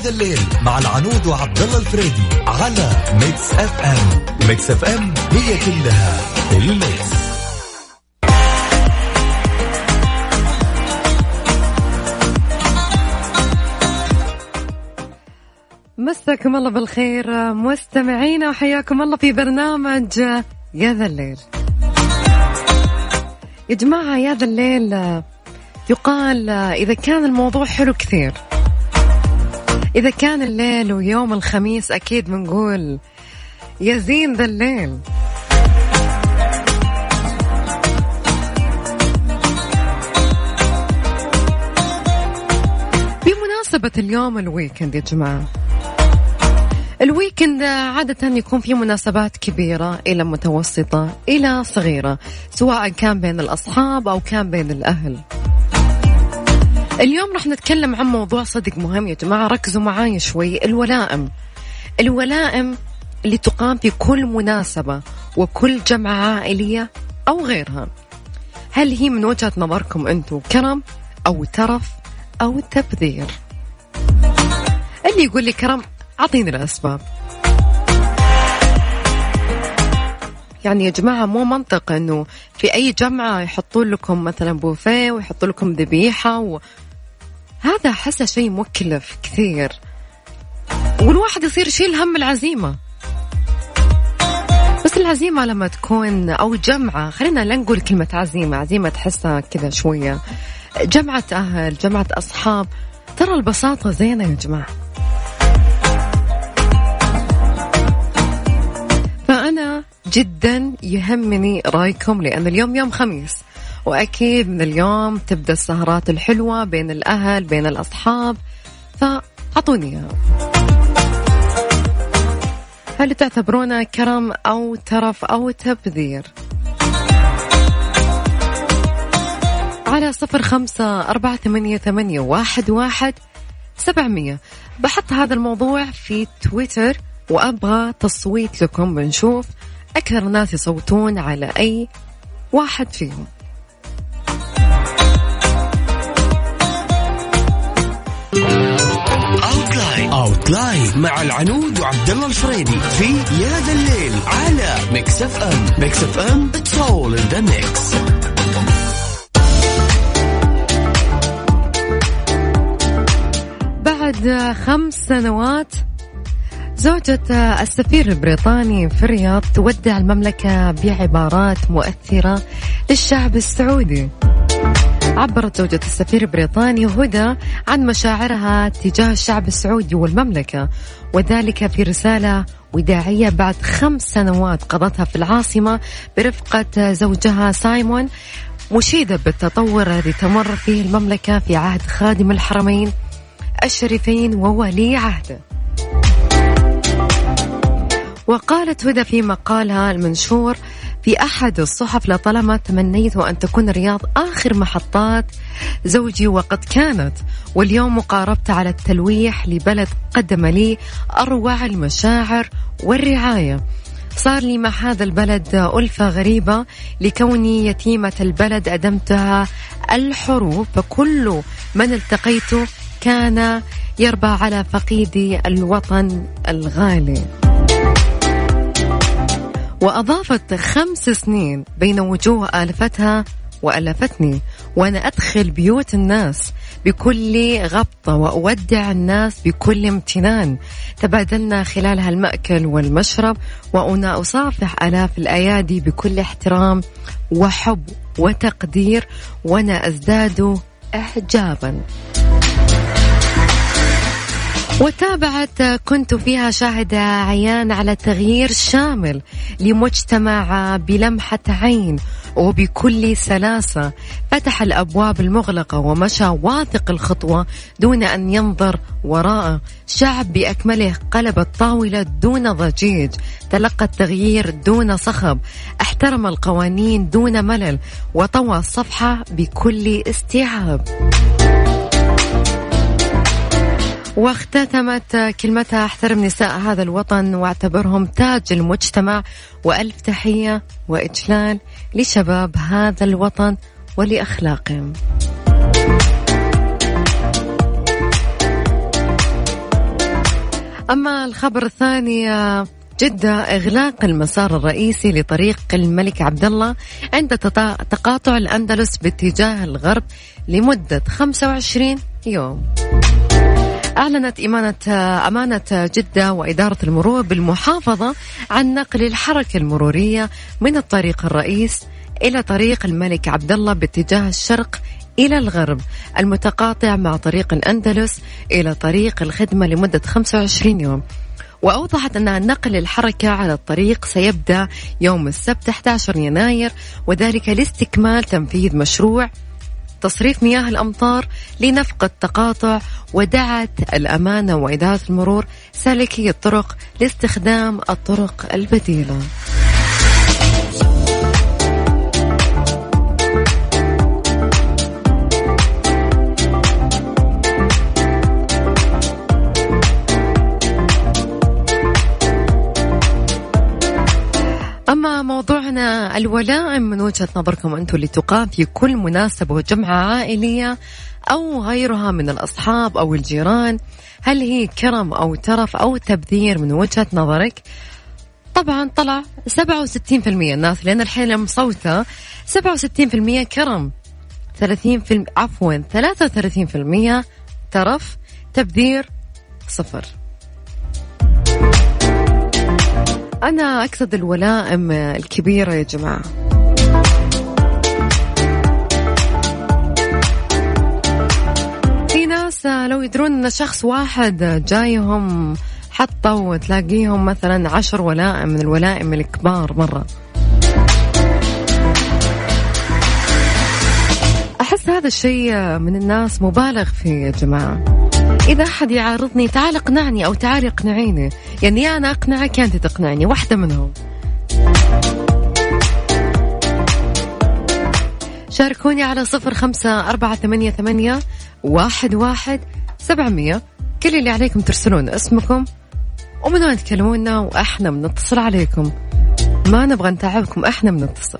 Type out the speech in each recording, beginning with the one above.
ذا الليل مع العنود وعبد الله الفريدي على ميكس اف ام. ميكس اف ام هي كلها الميكس. مساكم الله بالخير مستمعينا وحياكم الله في برنامج يا ذا الليل. يا جماعة يا ذا الليل يقال إذا كان الموضوع حلو كثير، إذا كان الليل ويوم الخميس أكيد بنقول يا زين ذا الليل. بمناسبة اليوم الويكند يا جماعة، الويكند عادة يكون فيه مناسبات كبيرة إلى متوسطة إلى صغيرة، سواء كان بين الأصحاب أو كان بين الأهل. اليوم رح نتكلم عن موضوع صدق مهم يا جماعة، ركزوا معاي شوي. الولائم اللي تقام في كل مناسبة وكل جمعة عائلية أو غيرها، هل هي من وجهة نظركم أنتم كرم أو ترف أو تبذير؟ اللي يقول لي كرم أعطيني الأسباب. يعني يا جماعة مو منطق أنه في أي جمعة يحطون لكم مثلا بوفيه ويحطون لكم ذبيحة هذا حسه شيء مكلف كثير، والواحد يصير يشيل هم العزيمة. بس العزيمة لما تكون أو جمعة، خلينا لا نقول كلمة عزيمة تحسها كذا شوية، جمعة أهل جمعة أصحاب، ترى البساطة زينة يا جماعة. فأنا جدا يهمني رأيكم، لأن اليوم يوم خميس وأكيد من اليوم تبدأ السهرات الحلوة بين الأهل بين الأصحاب، فأعطوني إياها. هل تعتبرونه كرم أو ترف أو تبذير؟ على 0548811700 بحط هذا الموضوع في تويتر وأبغى تصويت لكم، بنشوف أكثر ناس يصوتون على أي واحد فيهم. أوتلاين مع العنود وعبد الله الفريدي في يا ذا الليل على ميكس اف ام. ميكس اف ام it's all in the mix. بعد 5 سنوات زوجة السفير البريطاني في الرياض تودع المملكة بعبارات مؤثرة للشعب السعودي. عبرت زوجة السفير البريطاني هدى عن مشاعرها تجاه الشعب السعودي والمملكة، وذلك في رسالة وداعية بعد 5 سنوات قضتها في العاصمة برفقة زوجها سايمون، مشيدة بالتطور الذي تمر فيه المملكة في عهد خادم الحرمين الشريفين وولي عهده. وقالت هدى في مقالها المنشور في أحد الصحف: لطالما تمنيت أن تكون الرياض آخر محطات زوجي وقد كانت، واليوم مقاربت على التلويح لبلد قدم لي أروع المشاعر والرعاية. صار لي مع هذا البلد ألفة غريبة لكوني يتيمة البلد، أدمتها الحروب، فكل من التقيته كان يربى على فقيدي الوطن الغالي. وأضافت 5 سنين بين وجوه آلفتها وألفتني، وأنا أدخل بيوت الناس بكل غبطة وأودع الناس بكل امتنان. تبادلنا خلالها المأكل والمشرب، وأنا أصافح آلاف الأيادي بكل احترام وحب وتقدير، وأنا أزداد إعجابا. وتابعت: كنت فيها شاهدة عيان على تغيير شامل لمجتمع بلمحة عين وبكل سلاسة، فتح الأبواب المغلقة ومشى واثق الخطوة دون أن ينظر وراءه. شعب بأكمله قلب الطاولة دون ضجيج، تلقى التغيير دون صخب، احترم القوانين دون ملل، وطوى الصفحة بكل استيعاب. واختتمت كلمتها: احترم نساء هذا الوطن واعتبرهم تاج المجتمع، وألف تحية وإجلال لشباب هذا الوطن ولأخلاقهم. أما الخبر الثاني، جدة إغلاق المسار الرئيسي لطريق الملك عبدالله عند تقاطع الأندلس باتجاه الغرب لمدة 25 يوم. أعلنت أمانة جدة وإدارة المرور بالمحافظة عن نقل الحركة المرورية من الطريق الرئيس إلى طريق الملك عبدالله باتجاه الشرق إلى الغرب المتقاطع مع طريق الأندلس إلى طريق الخدمة لمدة 25 يوم. وأوضحت أن نقل الحركة على الطريق سيبدأ يوم السبت 11 يناير، وذلك لاستكمال تنفيذ مشروع تصريف مياه الأمطار لنفق التقاطع. ودعت الأمانة وإدارة المرور سالكي الطرق لاستخدام الطرق البديلة. أما موضوعنا الولائم من وجهة نظركم أنتم اللي تقام في كل مناسبة وجمعة عائلية أو غيرها من الأصحاب أو الجيران، هل هي كرم أو ترف أو تبذير من وجهة نظرك؟ طبعا طلع 67% الناس، لأن الحين مصوتة 67% كرم، 33% ترف، تبذير 0. أنا أقصد الولائم الكبيرة يا جماعة. في ناس لو يدرون أن شخص واحد جايهم حطوا وتلاقيهم مثلا 10 ولائم من الولائم الكبار مرة. أحس هذا الشيء من الناس مبالغ فيه يا جماعة. إذا أحد يعارضني تعال اقنعني أو تعال اقنعيني، يعني أنا أقنعك أنت تقنعني، واحدة منهم. شاركوني على 0548811700. كل اللي عليكم ترسلون اسمكم ومن وين تكلمونا وإحنا بنتصل عليكم، ما نبغى نتعبكم، إحنا بنتصل.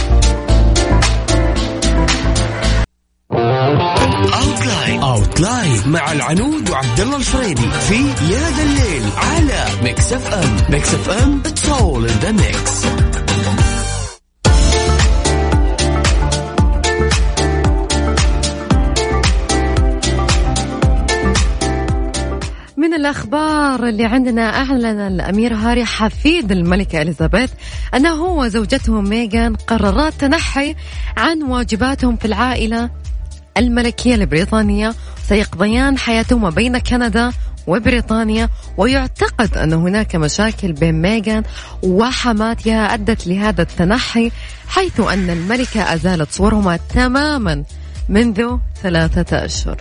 أوتلاين مع العنود وعبد الله الفريدي في يا ذا الليل على ميكس اف ام. ميكس اف ام it's all in the mix. من الأخبار اللي عندنا، أعلن الأمير هاري حفيد الملكة إليزابيث أنه هو وزوجته ميغان قررا التنحي عن واجباتهم في العائلة الملكية البريطانية، سيقضيان حياتهما بين كندا وبريطانيا. ويعتقد أن هناك مشاكل بين ميغان وحماتها أدت لهذا التنحي، حيث أن الملكة أزالت صورهما تماما منذ 3 أشهر.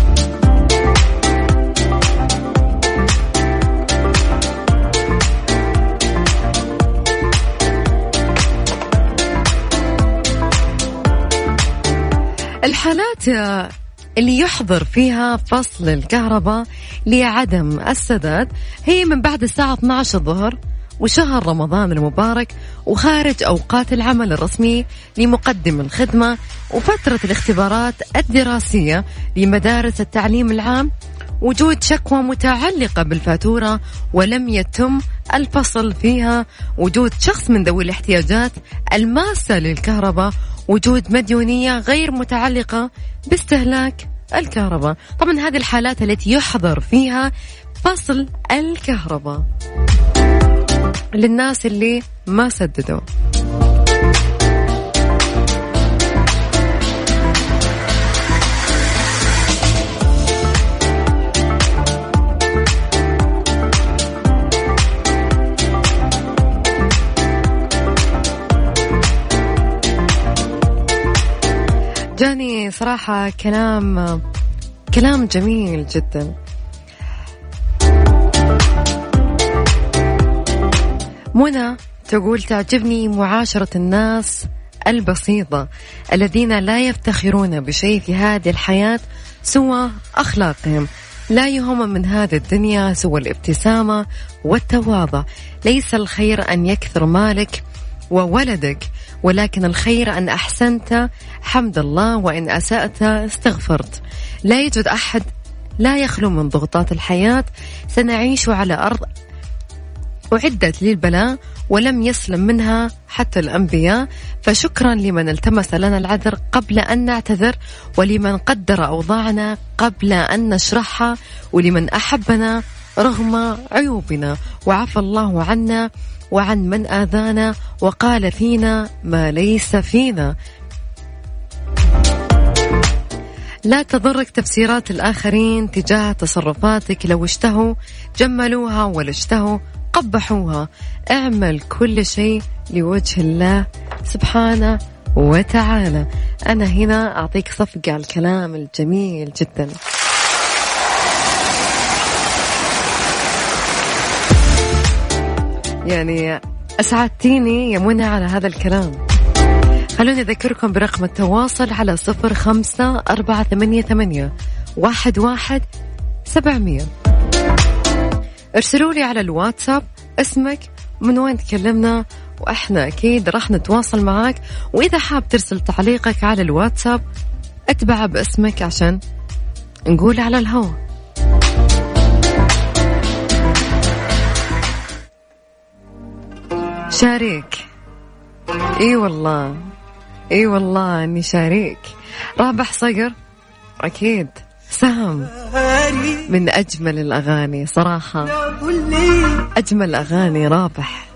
الحالات اللي يحظر فيها فصل الكهرباء لعدم السداد هي من بعد الساعة 12 الظهر وشهر رمضان المبارك وخارج أوقات العمل الرسمي لمقدم الخدمة وفترة الاختبارات الدراسية لمدارس التعليم العام، وجود شكوى متعلقة بالفاتورة ولم يتم الفصل فيها، وجود شخص من ذوي الاحتياجات الماسة للكهرباء، وجود مديونية غير متعلقة باستهلاك الكهرباء. طبعا هذه الحالات التي يحظر فيها فصل الكهرباء للناس اللي ما سددوا. جاني صراحة كلام جميل جدا. منى تقول تعجبني معاشرة الناس البسيطة الذين لا يفتخرون بشيء في هذه الحياة سوى أخلاقهم، لا يهم من هذه الدنيا سوى الابتسامة والتواضع. ليس الخير أن يكثر مالك وولدك، ولكن الخير أن أحسنت حمد الله وإن أسأت استغفرت. لا يوجد أحد لا يخلو من ضغوطات الحياة. سنعيش على أرض أعدت للبلاء ولم يسلم منها حتى الأنبياء، فشكرا لمن التمس لنا العذر قبل أن نعتذر، ولمن قدر أوضاعنا قبل أن نشرحها، ولمن أحبنا رغم عيوبنا، وعفى الله عنا وعن من آذانا وقال فينا ما ليس فينا. لا تضرك تفسيرات الآخرين تجاه تصرفاتك، لو اشتهوا جملوها ولو اشتهوا قبحوها. اعمل كل شيء لوجه الله سبحانه وتعالى. أنا هنا أعطيك صفقة على الكلام الجميل جدا. يعني أسعدتيني يا منى على هذا الكلام. خلوني أذكركم برقم التواصل على 0548811700. ارسلوا لي على الواتساب اسمك من وين تكلمنا، وإحنا أكيد راح نتواصل معك. وإذا حاب ترسل تعليقك على الواتساب اتبع باسمك عشان نقول على الهواء. شاريك، اي والله اي والله اني شاريك. رابح صقر اكيد سهم من اجمل الاغاني صراحة، اجمل اغاني رابح.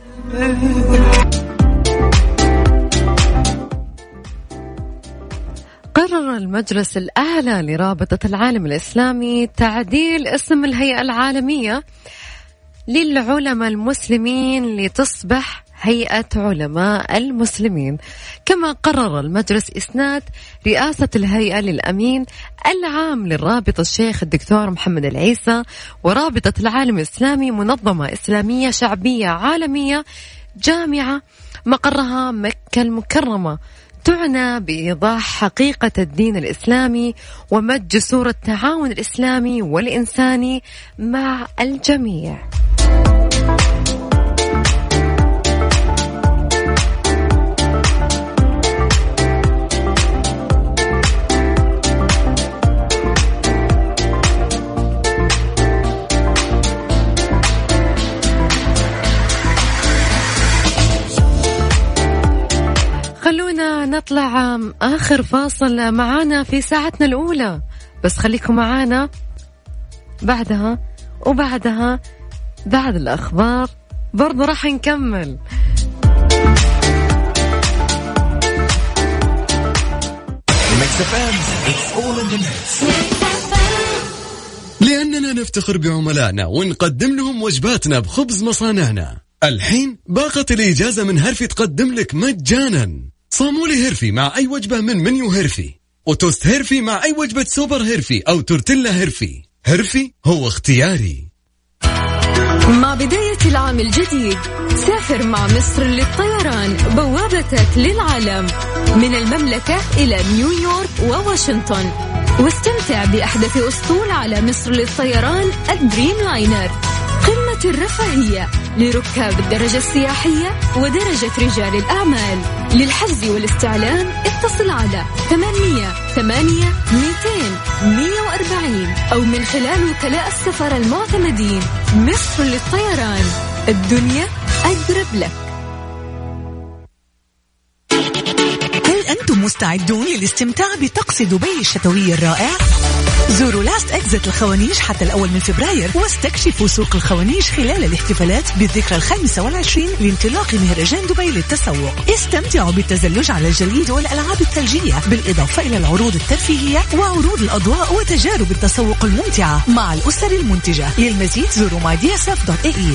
قرر المجلس الأعلى لرابطة العالم الإسلامي تعديل اسم الهيئة العالمية للعلماء المسلمين لتصبح هيئة علماء المسلمين. كما قرر المجلس إسناد رئاسة الهيئة للأمين العام للرابطة الشيخ الدكتور محمد العيسى. ورابطة العالم الإسلامي منظمة إسلامية شعبية عالمية جامعة مقرها مكة المكرمة، تعنى بإيضاح حقيقة الدين الإسلامي ومد جسور التعاون الإسلامي والإنساني مع الجميع. خلونا نطلع آخر فاصل معانا في ساعتنا الأولى، بس خليكم معانا بعدها وبعدها بعد الأخبار برضو راح نكمل. لأننا نفتخر بعملائنا ونقدم لهم وجباتنا بخبز مصانعنا. الحين باقة الإجازة من هيرفي تقدم لك مجانا صامولي هيرفي مع أي وجبة من منيو هيرفي، وتوست هيرفي مع أي وجبة سوبر هيرفي أو تورتيلا هيرفي. هيرفي هو اختياري. مع بداية العام الجديد سافر مع مصر للطيران، بوابتك للعالم من المملكة إلى نيويورك وواشنطن، واستمتع بأحدث أسطول على مصر للطيران الدريم لاينر، قمة الرفاهية لركاب الدرجة السياحية ودرجة رجال الأعمال. للحجز والاستعلام اتصل على 800-200-140 أو من خلال وكلاء السفر المعتمدين. مصر للطيران، الدنيا أقرب لك. هل أنتم مستعدون للاستمتاع بطقس دبي الشتوي الرائع؟ زوروا لاست إكزت الخوانيش حتى الأول من فبراير واستكشفوا سوق الخوانيش خلال الاحتفالات بالذكرى 25 لانطلاق مهرجان دبي للتسوق. استمتعوا بالتزلج على الجليد والألعاب الثلجية، بالإضافة إلى العروض الترفيهية وعروض الأضواء وتجارب التسوق الممتعة مع الأسر المنتجة. للمزيد زوروا mydsf.ae.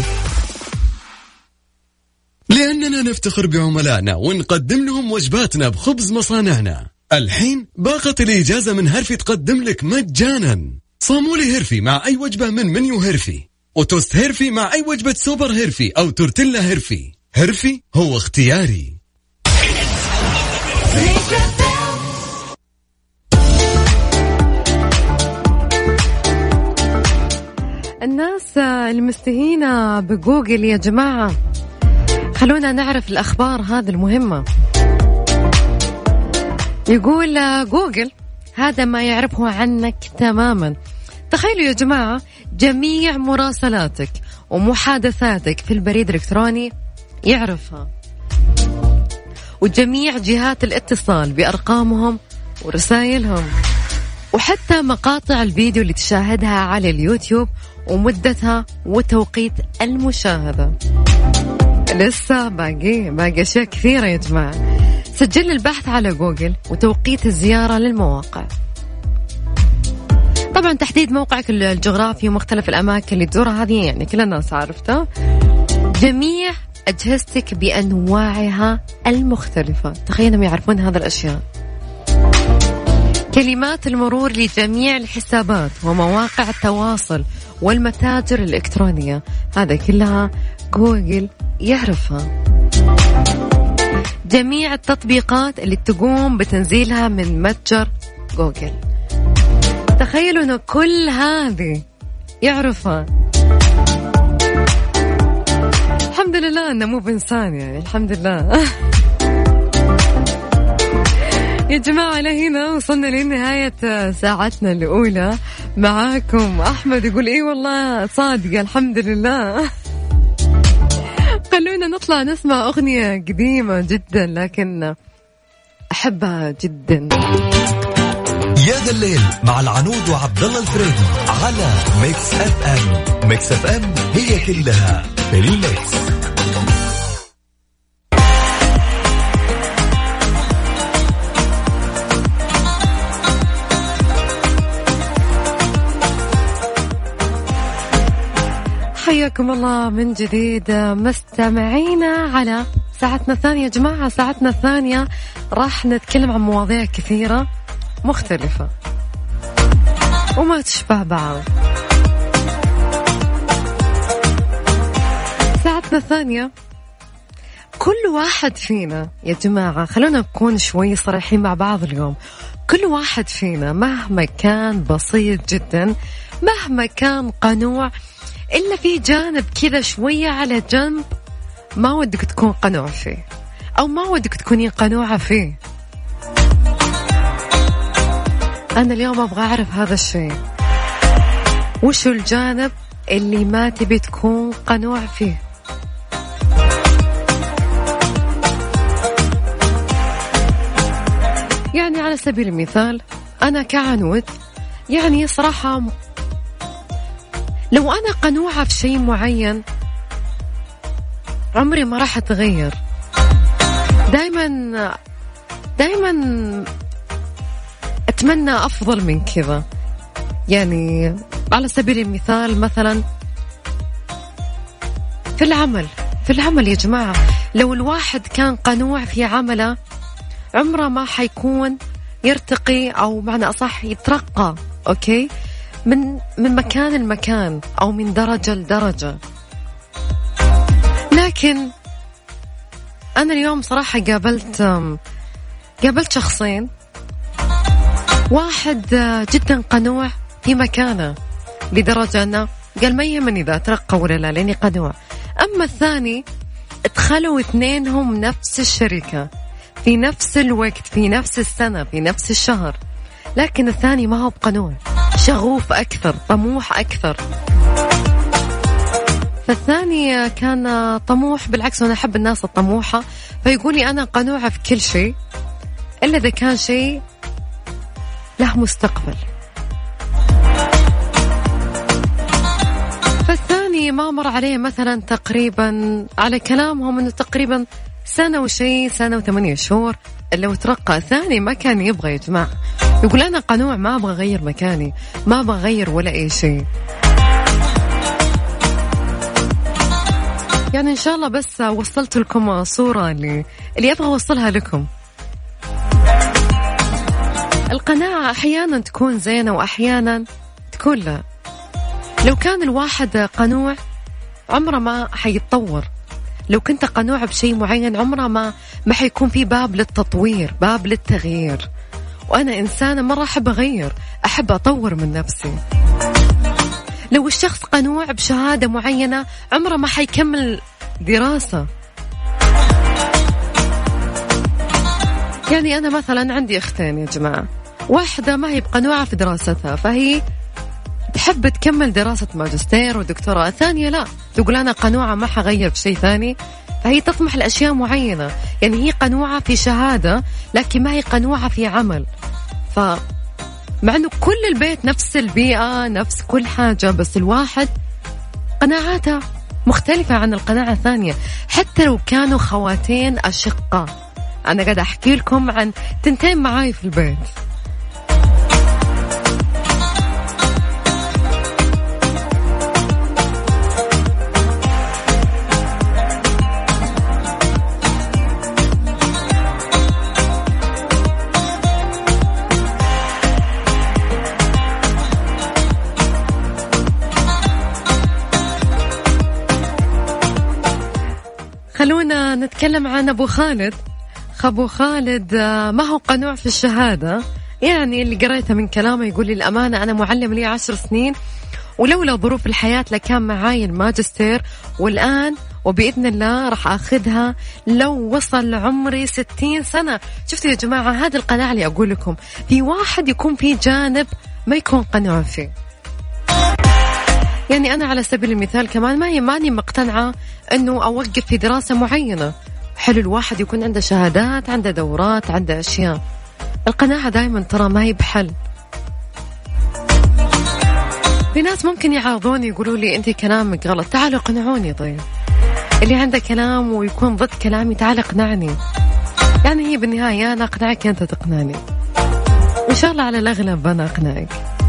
لأننا نفتخر بعملائنا ونقدم لهم وجباتنا بخبز مصانعنا. الحين باقة الإجازة من هيرفي تقدم لك مجانا صامولي هيرفي مع أي وجبة من منيو هيرفي، وتوست هيرفي مع أي وجبة سوبر هيرفي أو تورتيلا هيرفي. هيرفي هو اختياري. الناس المستهينة بجوجل يا جماعة، خلونا نعرف الأخبار هذه المهمة. يقول جوجل هذا ما يعرفه عنك تماما. تخيلوا يا جماعة جميع مراسلاتك ومحادثاتك في البريد الإلكتروني يعرفها، وجميع جهات الاتصال بأرقامهم ورسائلهم، وحتى مقاطع الفيديو اللي تشاهدها على اليوتيوب ومدتها وتوقيت المشاهدة. لسه باقي أشياء كثيرة يا جماعة. سجل البحث على جوجل وتوقيت الزيارة للمواقع. طبعا تحديد موقعك الجغرافي ومختلف الأماكن اللي تزورها، هذه يعني كل الناس عرفتها. جميع أجهزتك بأنواعها المختلفة، تخيلهم يعرفون هذا الأشياء. كلمات المرور لجميع الحسابات ومواقع التواصل والمتاجر الإلكترونية، هذا كلها جوجل يعرفها. جميع التطبيقات اللي تقوم بتنزيلها من متجر جوجل، تخيلوا أنه كل هذه يعرفها. الحمد لله أنه مو بإنسان، يعني الحمد لله. يا جماعة لهنا وصلنا لنهاية ساعتنا الأولى معاكم. أحمد يقول إيه والله صادقة الحمد لله. خلونا نطلع نسمع أغنية قديمة جدا لكن أحبها جدا. يا ذا الليل مع العنود وعبد الله الفريدي على ميكس اف ام. ميكس اف ام هي كلها في الميكس. حياكم الله من جديد مستمعينا على ساعتنا الثانية. يا جماعة ساعتنا الثانية راح نتكلم عن مواضيع كثيرة مختلفة وما تشبه بعض. ساعتنا الثانية كل واحد فينا يا جماعة، خلونا نكون شوي صريحين مع بعض اليوم، كل واحد فينا مهما كان بسيط جدا، مهما كان قنوع، إلا في جانب كذا شوية على جنب ما ودك تكون قنوع فيه أو ما ودك تكونين قنوعة فيه. أنا اليوم أبغى أعرف هذا الشيء، وشو الجانب اللي ما تبي تكون قنوع فيه. يعني على سبيل المثال أنا كعنود، يعني صراحة لو أنا قنوعة في شيء معين عمري ما راح أتغير. دايما أتمنى أفضل من كذا. يعني على سبيل المثال مثلا في العمل يا جماعة، لو الواحد كان قنوع في عمله عمره ما حيكون يرتقي، أو معنى أصح يترقى أوكي من مكان لمكان أو من درجة لدرجة. لكن أنا اليوم صراحة قابلت شخصين، واحد جدا قنوع في مكانه لدرجة أنه قال ما يهمني إذا ترقى ولا لا لأني قنوع. أما الثاني ادخلوا اثنينهم نفس الشركة في نفس الوقت في نفس السنة في نفس الشهر، لكن الثاني ما هو بقنوع، شغوف أكثر، طموح أكثر. فالثاني كان طموح بالعكس، وأنا أحب الناس الطموحة، فيقولي أنا قنوعة في كل شيء إلا إذا كان شيء له مستقبل. فالثاني ما مر عليه مثلا تقريبا على كلامهم أنه تقريبا سنة وشيء، سنة و8 شهور لو ترقى. الثاني ما كان يبغى يا جماعة، يقول أنا قنوع ما أبغى أغير مكاني، ما أبغى أغير ولا أي شيء. يعني إن شاء الله بس وصلت لكم صورة اللي أبغى أوصلها لكم. القناعة أحيانا تكون زينة وأحيانا تكون لا. لو كان الواحد قنوع عمره ما حيتطور. لو كنت قنوع بشيء معين عمره ما حيكون في باب للتطوير، باب للتغيير. وأنا إنسانة مرة أحب أغير، أحب أطور من نفسي. لو الشخص قنوع بشهادة معينة عمره ما حيكمل دراسة. يعني أنا مثلا عندي أختين يا جماعة، واحدة ما هي بقنوعة في دراستها، فهي تحب تكمل دراسة ماجستير ودكتوراه. الثانية لا، تقول أنا قنوعة ما حغير في شيء ثاني، فهي تطمح لأشياء معينة. يعني هي قنوعة في شهادة لكن ما هي قنوعة في عمل. مع أنه كل البيت نفس البيئة نفس كل حاجة، بس الواحد قناعاته مختلفة عن القناعة الثانية، حتى لو كانوا خواتين أشقة. أنا قاعدة أحكي لكم عن تنتين معاي في البيت. خلونا نتكلم عن أبو خالد. أبو خالد ما هو قنوع في الشهادة، يعني اللي قريته من كلامه يقول لي الأمانة أنا معلم لي 10 سنين ولولا ظروف الحياة لكان معاي الماجستير، والآن وبإذن الله راح أخذها لو وصل عمري 60 سنة. شفتوا يا جماعة، هذه القناعة اللي أقول لكم، في واحد يكون في جانب ما يكون قنوع فيه. يعني أنا على سبيل المثال كمان ماني مقتنعة أنه أوقف في دراسة معينة. حلو الواحد يكون عنده شهادات، عنده دورات، عنده أشياء. القناعة دائما ترى ما هي بحل. في ناس ممكن يعارضوني يقولوا لي أنت كلامك غلط، تعالوا اقنعوني. طيب اللي عنده كلام ويكون ضد كلامي تعال اقنعني. يعني هي بالنهاية أنا أقنعك أنت تقنعني، وإن شاء الله على الأغلب أنا أقنعك.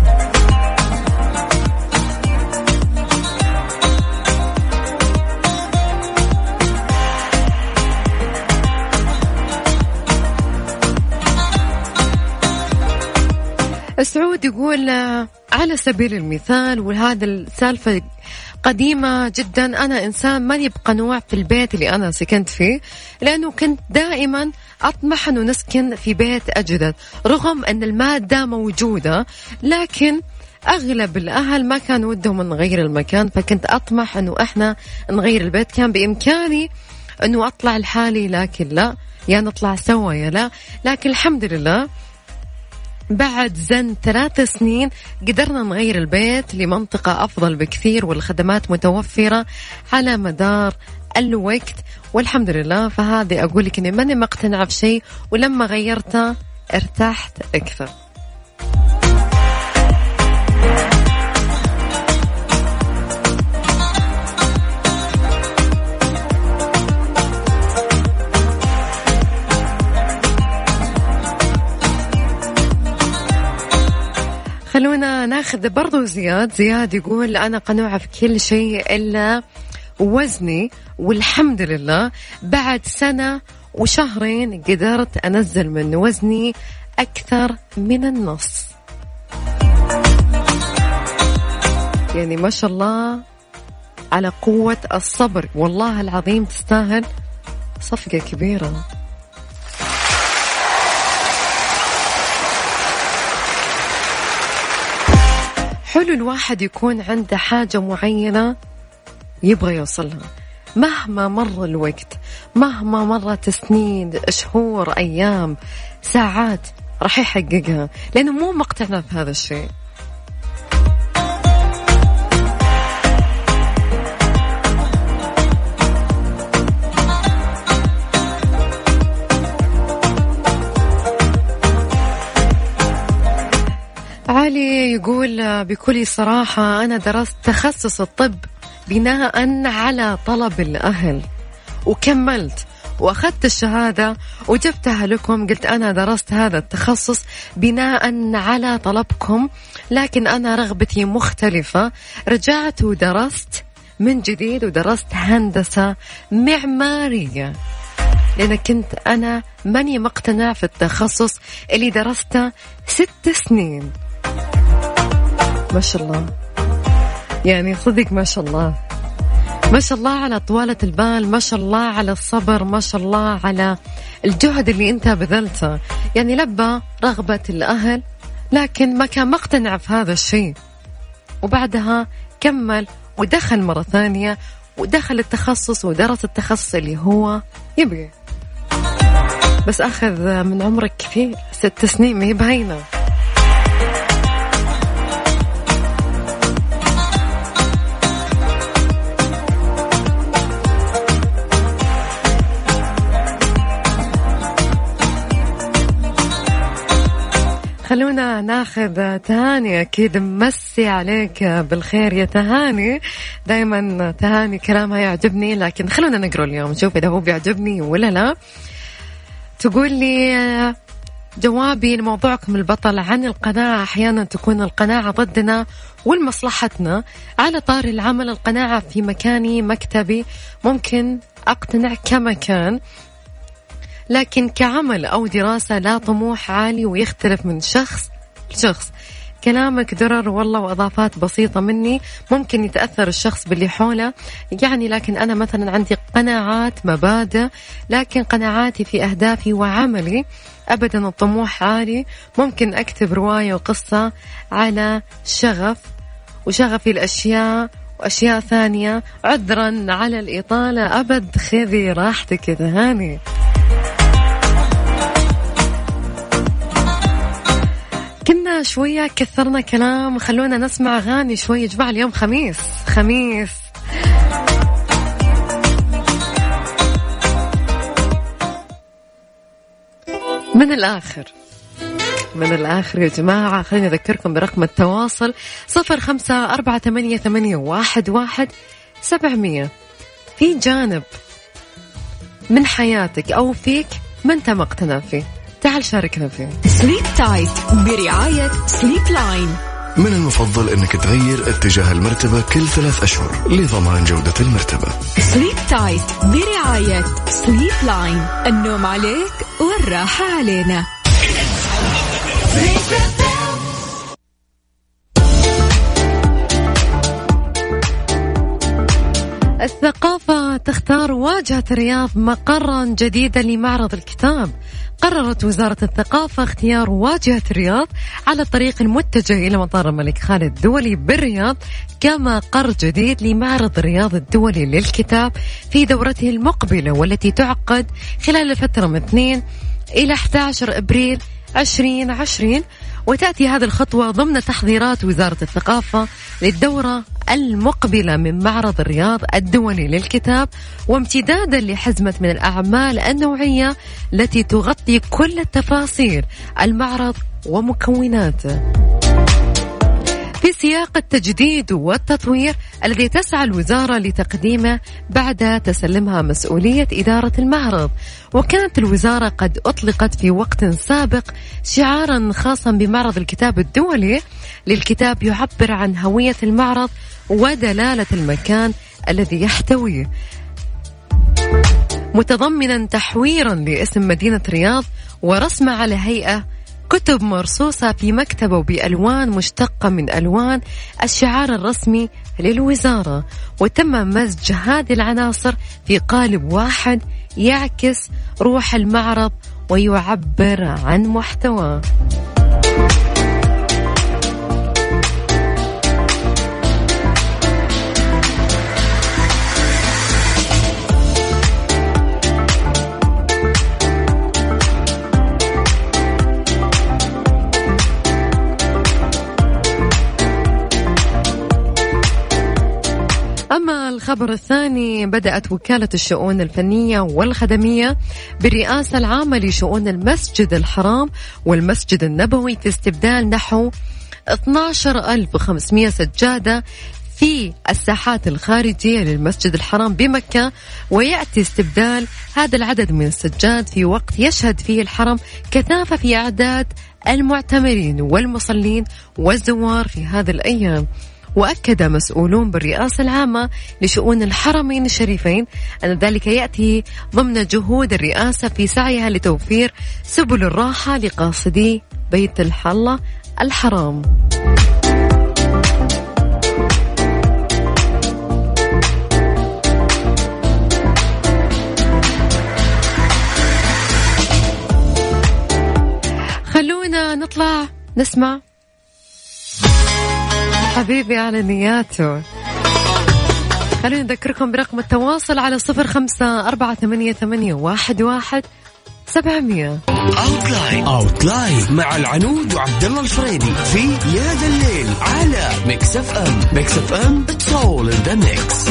سعود يقول على سبيل المثال، وهذا السالفة قديمة جدا، أنا إنسان ماني بقنوع في البيت اللي أنا سكنت فيه، لأنه كنت دائما أطمح أنه نسكن في بيت أجدد رغم أن المادة موجودة، لكن أغلب الأهل ما كانوا ودهم نغير المكان، فكنت أطمح أنه إحنا نغير البيت. كان بإمكاني أنه أطلع لحالي لكن لا، يعني نطلع سوا يا لا. لكن الحمد لله بعد زن 3 سنين قدرنا نغير البيت لمنطقة أفضل بكثير، والخدمات متوفرة على مدار الوقت والحمد لله. فهذه أقول لك إني ماني مقتنعة بشيء، ولما غيرته ارتحت أكثر. خلونا ناخذ برضو زياد يقول أنا قنوعة في كل شيء إلا وزني، والحمد لله بعد 1 سنة وشهرين قدرت أنزل من وزني أكثر من النص. يعني ما شاء الله على قوة الصبر، والله العظيم تستاهل صفقة كبيرة. حلو الواحد يكون عنده حاجة معينة يبغى يوصلها، مهما مر الوقت، مهما مرت سنين، شهور، أيام، ساعات، راح يحققها، لأنه مو مقتنع في هذا الشيء. علي يقول بكل صراحة أنا درست تخصص الطب بناء على طلب الأهل، وكملت وأخذت الشهادة وجبتها لكم. قلت أنا درست هذا التخصص بناء على طلبكم، لكن أنا رغبتي مختلفة. رجعت ودرست من جديد ودرست هندسة معمارية، لأن كنت أنا ماني مقتنع في التخصص اللي درسته 6 سنين. ما شاء الله، يعني صدق ما شاء الله، ما شاء الله على طوالة البال، ما شاء الله على الصبر، ما شاء الله على الجهد اللي انت بذلته. يعني لبى رغبة الأهل لكن ما كان مقتنع في هذا الشيء، وبعدها كمل ودخل مرة ثانية ودخل التخصص ودرس التخصص اللي هو يبغي. بس أخذ من عمرك كثير، 6 سنين ما هي بهينة. خلونا ناخذ تهاني. أكيد مسي عليك بالخير يا تهاني، دايما تهاني كلامها يعجبني، لكن خلونا نقرأ اليوم نشوف إذا هو بيعجبني ولا لا. تقول لي جوابي لموضوعكم البطل عن القناعة، أحيانا تكون القناعة ضدنا والمصلحتنا. على طار العمل، القناعة في مكاني مكتبي ممكن أقتنع كمكان، لكن كعمل أو دراسة لا، طموح عالي ويختلف من شخص لشخص. كلامك درر والله وإضافات بسيطة مني، ممكن يتأثر الشخص باللي حوله يعني، لكن أنا مثلا عندي قناعات مبادئ، لكن قناعاتي في أهدافي وعملي أبدا الطموح عالي. ممكن أكتب رواية وقصة على شغف وشغفي الأشياء وأشياء ثانية. عذرا على الإطالة، أبد خذي راحتك يا تهاني. كنا شوية كثرنا كلام، خلونا نسمع أغاني شوية يا جماعة. اليوم خميس من الآخر يا جماعة. خليني أذكركم برقم التواصل 0548811700. في جانب من حياتك أو فيك ما أنت مقتنع فيه، تعال شاركنا فيه. سليب تايت برعاية سليب لاين. من المفضل أنك تغير اتجاه المرتبة كل 3 أشهر لضمان جودة المرتبة. سليب تايت برعاية سليب لاين، النوم عليك والراحة علينا. الثقافة تختار واجهة الرياض مقرا جديدا لمعرض الكتاب. قررت وزارة الثقافة اختيار واجهة الرياض على الطريق المتجه إلى مطار الملك خالد الدولي بالرياض كمقر جديد لمعرض الرياض الدولي للكتاب في دورته المقبلة، والتي تعقد خلال الفترة من 2 إلى 11 أبريل 2020. وتأتي هذه الخطوة ضمن تحضيرات وزارة الثقافة للدورة المقبلة من معرض الرياض الدولي للكتاب، وامتدادا لحزمة من الأعمال النوعية التي تغطي كل التفاصيل المعرض ومكوناته، في سياق التجديد والتطوير الذي تسعى الوزارة لتقديمه بعد تسلمها مسؤولية إدارة المعرض. وكانت الوزارة قد أطلقت في وقت سابق شعارا خاصا بمعرض الكتاب الدولي للكتاب يعبر عن هوية المعرض ودلالة المكان الذي يحتويه، متضمنا تحويرا لاسم مدينة رياض ورسمه على هيئة كتب مرصوصة في مكتبه بألوان مشتقة من ألوان الشعار الرسمي للوزارة. وتم مزج هذه العناصر في قالب واحد يعكس روح المعرض ويعبر عن محتواه. أما الخبر الثاني، بدأت وكالة الشؤون الفنية والخدمية بالرئاسة العامة لشؤون المسجد الحرام والمسجد النبوي في استبدال نحو 12,500 سجادة في الساحات الخارجية للمسجد الحرام بمكة. ويأتي استبدال هذا العدد من السجاد في وقت يشهد فيه الحرم كثافة في أعداد المعتمرين والمصلين والزوار في هذه الأيام. وأكد مسؤولون بالرئاسة العامة لشؤون الحرمين الشريفين أن ذلك يأتي ضمن جهود الرئاسة في سعيها لتوفير سبل الراحة لقاصدي بيت الله الحرام. خلونا نطلع نسمع حبيبي على نياته. خلينا نذكركم برقم التواصل على 0548811700. أوتلاين مع العنود وعبد الله الفريدي في يا ذا الليل على ميكس اف ام. ميكس اف ام it's all in the mix.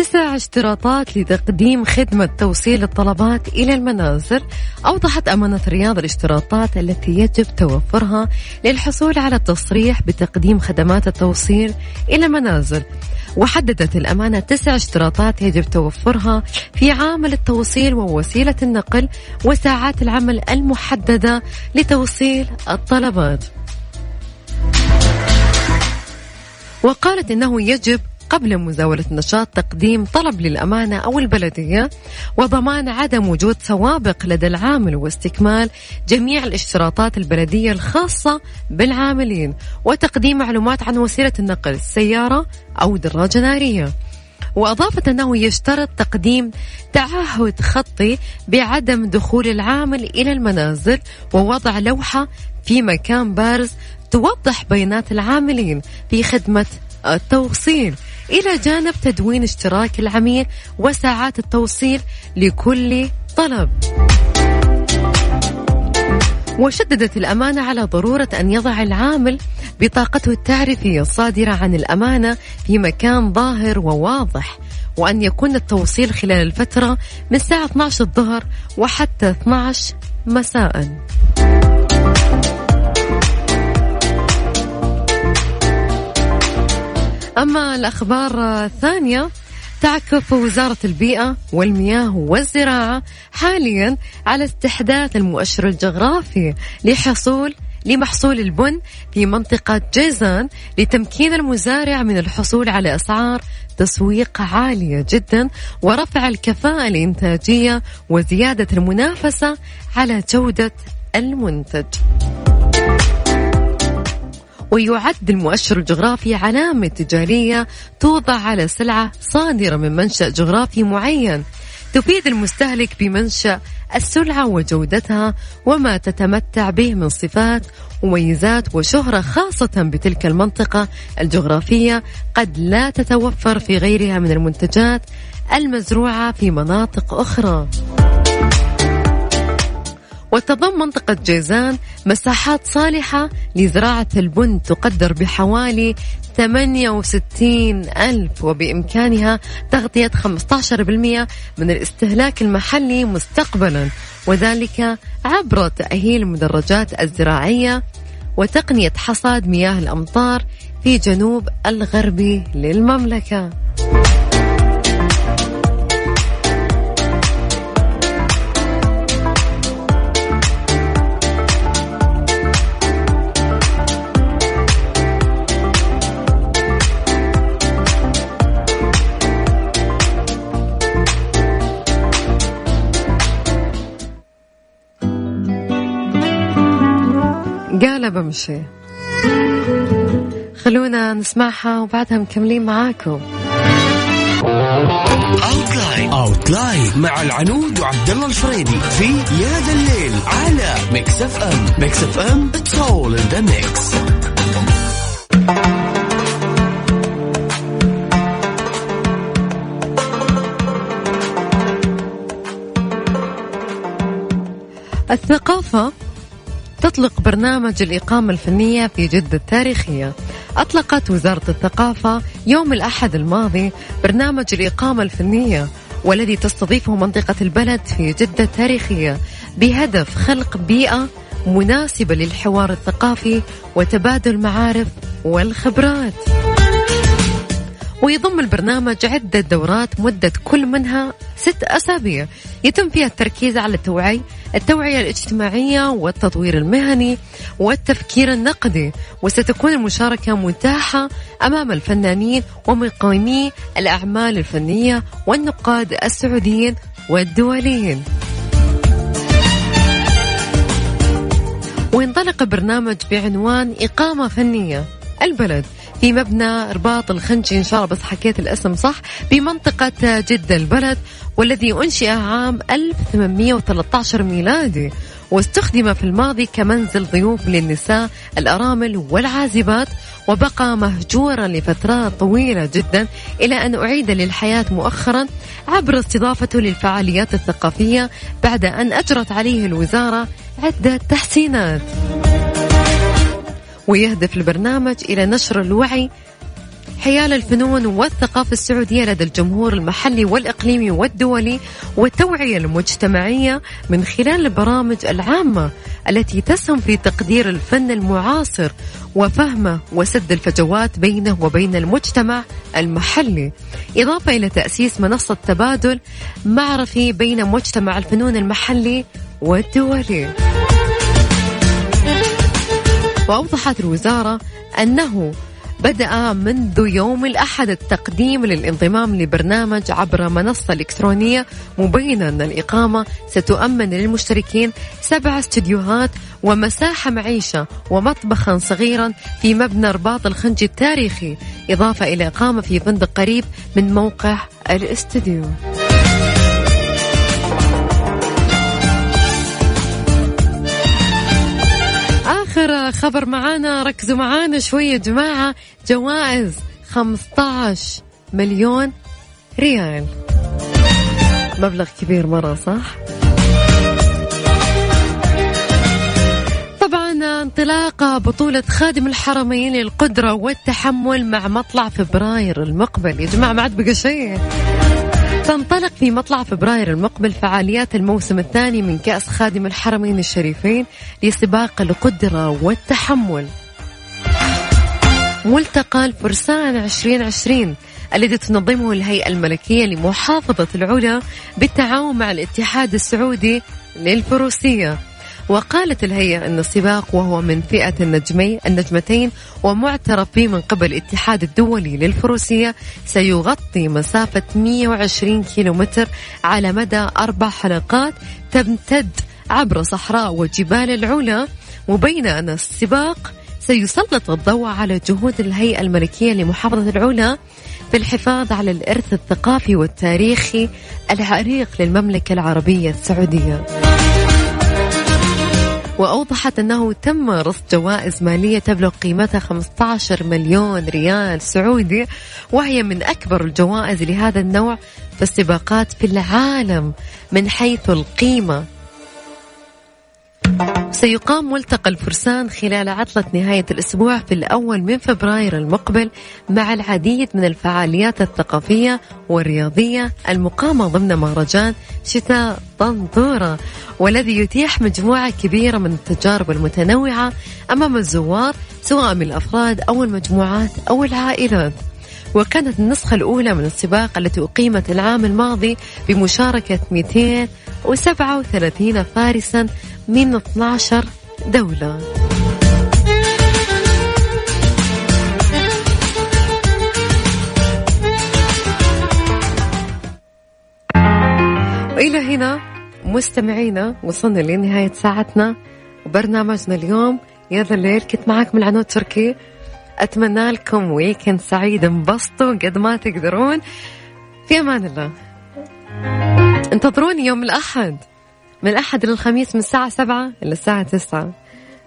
9 اشتراطات لتقديم خدمة توصيل الطلبات إلى المنازل. أوضحت أمانة الرياض الاشتراطات التي يجب توفرها للحصول على التصريح بتقديم خدمات التوصيل إلى المنازل. وحددت الأمانة 9 اشتراطات يجب توفرها في عامل التوصيل ووسيلة النقل وساعات العمل المحددة لتوصيل الطلبات. وقالت إنه يجب قبل مزاولة النشاط تقديم طلب للأمانة أو البلدية وضمان عدم وجود سوابق لدى العامل واستكمال جميع الاشتراطات البلدية الخاصة بالعاملين وتقديم معلومات عن وسيلة النقل السيارة أو دراجة نارية. وأضافت أنه يشترط تقديم تعهد خطي بعدم دخول العامل إلى المنازل ووضع لوحة في مكان بارز توضح بيانات العاملين في خدمة التوصيل إلى جانب تدوين اشتراك العميل وساعات التوصيل لكل طلب. وشددت الأمانة على ضرورة أن يضع العامل بطاقته التعريفية الصادرة عن الأمانة في مكان ظاهر وواضح، وأن يكون التوصيل خلال الفترة من الساعة 12 الظهر وحتى 12 مساء. أما الأخبار الثانية، تعكف وزارة البيئة والمياه والزراعة حاليا على استحداث المؤشر الجغرافي لمحصول البن في منطقة جيزان لتمكين المزارع من الحصول على أسعار تسويق عالية جدا ورفع الكفاءة الإنتاجية وزيادة المنافسة على جودة المنتج. ويعد المؤشر الجغرافي علامة تجارية توضع على سلعة صادرة من منشأ جغرافي معين تفيد المستهلك بمنشأ السلعة وجودتها وما تتمتع به من صفات ومميزات وشهرة خاصة بتلك المنطقة الجغرافية قد لا تتوفر في غيرها من المنتجات المزروعة في مناطق أخرى. وتضم منطقة جيزان مساحات صالحة لزراعة البن تقدر بحوالي 68,000 وبإمكانها تغطية 15% من الاستهلاك المحلي مستقبلا، وذلك عبر تأهيل المدرجات الزراعية وتقنية حصاد مياه الأمطار في جنوب الغربي للمملكة. قال بمشي، خلونا نسمعها وبعدها مكملين معاكم. أوتلاين مع العنود وعبد الله الفريدي في يا ذا الليل على ميكس اف ام. ميكس اف ام it's all in the mix. الثقافة تطلق برنامج الإقامة الفنية في جدة التاريخية. أطلقت وزارة الثقافة يوم الأحد الماضي برنامج الإقامة الفنية والذي تستضيفه منطقة البلد في جدة التاريخية بهدف خلق بيئة مناسبة للحوار الثقافي وتبادل المعارف والخبرات. ويضم البرنامج عدة دورات مدة كل منها 6 أسابيع يتم فيها التركيز على التوعية الاجتماعية والتطوير المهني والتفكير النقدي، وستكون المشاركة متاحة أمام الفنانين ومقيمي الأعمال الفنية والنقاد السعوديين والدوليين. وينطلق برنامج بعنوان إقامة فنية البلد في مبنى رباط الخنجي، إن شاء الله بس حكيت الاسم صح، بمنطقة جدة البلد، والذي أنشئ عام 1813 ميلادي، واستخدم في الماضي كمنزل ضيوف للنساء الأرامل والعازبات، وبقى مهجورا لفترات طويلة جدا إلى أن أعيد للحياة مؤخرا عبر استضافته للفعاليات الثقافية بعد أن أجرت عليه الوزارة عدة تحسينات. ويهدف البرنامج إلى نشر الوعي حيال الفنون والثقافة السعودية لدى الجمهور المحلي والإقليمي والدولي، والتوعية المجتمعية من خلال البرامج العامة التي تسهم في تقدير الفن المعاصر وفهمه وسد الفجوات بينه وبين المجتمع المحلي، إضافة إلى تأسيس منصة تبادل معرفي بين مجتمع الفنون المحلي والدولي. وأوضحت الوزارة أنه بدأ منذ يوم الأحد التقديم للانضمام لبرنامج عبر منصة إلكترونية، مبينا أن الإقامة ستؤمن للمشتركين 7 استديوهات ومساحة معيشة ومطبخا صغيرا في مبنى رباط الخنجي التاريخي، إضافة إلى إقامة في فندق قريب من موقع الاستديو. آخر خبر معانا، ركزوا معانا شوية جماعة، جوائز 15 مليون ريال، مبلغ كبير مرة صح؟ طبعا انطلاق بطولة خادم الحرمين للقدرة والتحمل مع مطلع فبراير المقبل. يا جماعة ما عاد بقى شيء. تنطلق في مطلع فبراير المقبل فعاليات الموسم الثاني من كأس خادم الحرمين الشريفين لسباق القدرة والتحمل، ملتقى الفرسان 2020 الذي تنظمه الهيئة الملكية لمحافظة العلا بالتعاون مع الاتحاد السعودي للفروسية. وقالت الهيئة أن السباق وهو من فئة النجمتين ومعترف به من قبل الاتحاد الدولي للفروسية سيغطي مسافة 120 كيلومتر على مدى 4 حلقات تمتد عبر صحراء وجبال العلا، مبينة أن السباق سيسلط الضوء على جهود الهيئة الملكية لمحافظة العلا في الحفاظ على الإرث الثقافي والتاريخي العريق للمملكة العربية السعودية. وأوضحت أنه تم رصد جوائز مالية تبلغ قيمتها 15 مليون ريال سعودي، وهي من أكبر الجوائز لهذا النوع في السباقات في العالم من حيث القيمة. سيقام ملتقى الفرسان خلال عطلة نهاية الأسبوع في الأول من فبراير المقبل مع العديد من الفعاليات الثقافية والرياضية المقامة ضمن مهرجان شتاء طنطورة، والذي يتيح مجموعة كبيرة من التجارب المتنوعة أمام الزوار سواء من الأفراد أو المجموعات أو العائلات. وكانت النسخة الأولى من السباق التي أقيمت العام الماضي بمشاركة 237 فارسا من 12 دولة. وإلى هنا مستمعينا وصلنا لنهاية ساعتنا وبرنامجنا اليوم يا ذا الليل. كنت معاكم من عنود تركي، أتمنى لكم ويكند سعيد، انبسطوا قد ما تقدرون، في أمان الله. انتظروني يوم الأحد، من الأحد للخميس من الساعة 7 إلى الساعة 9.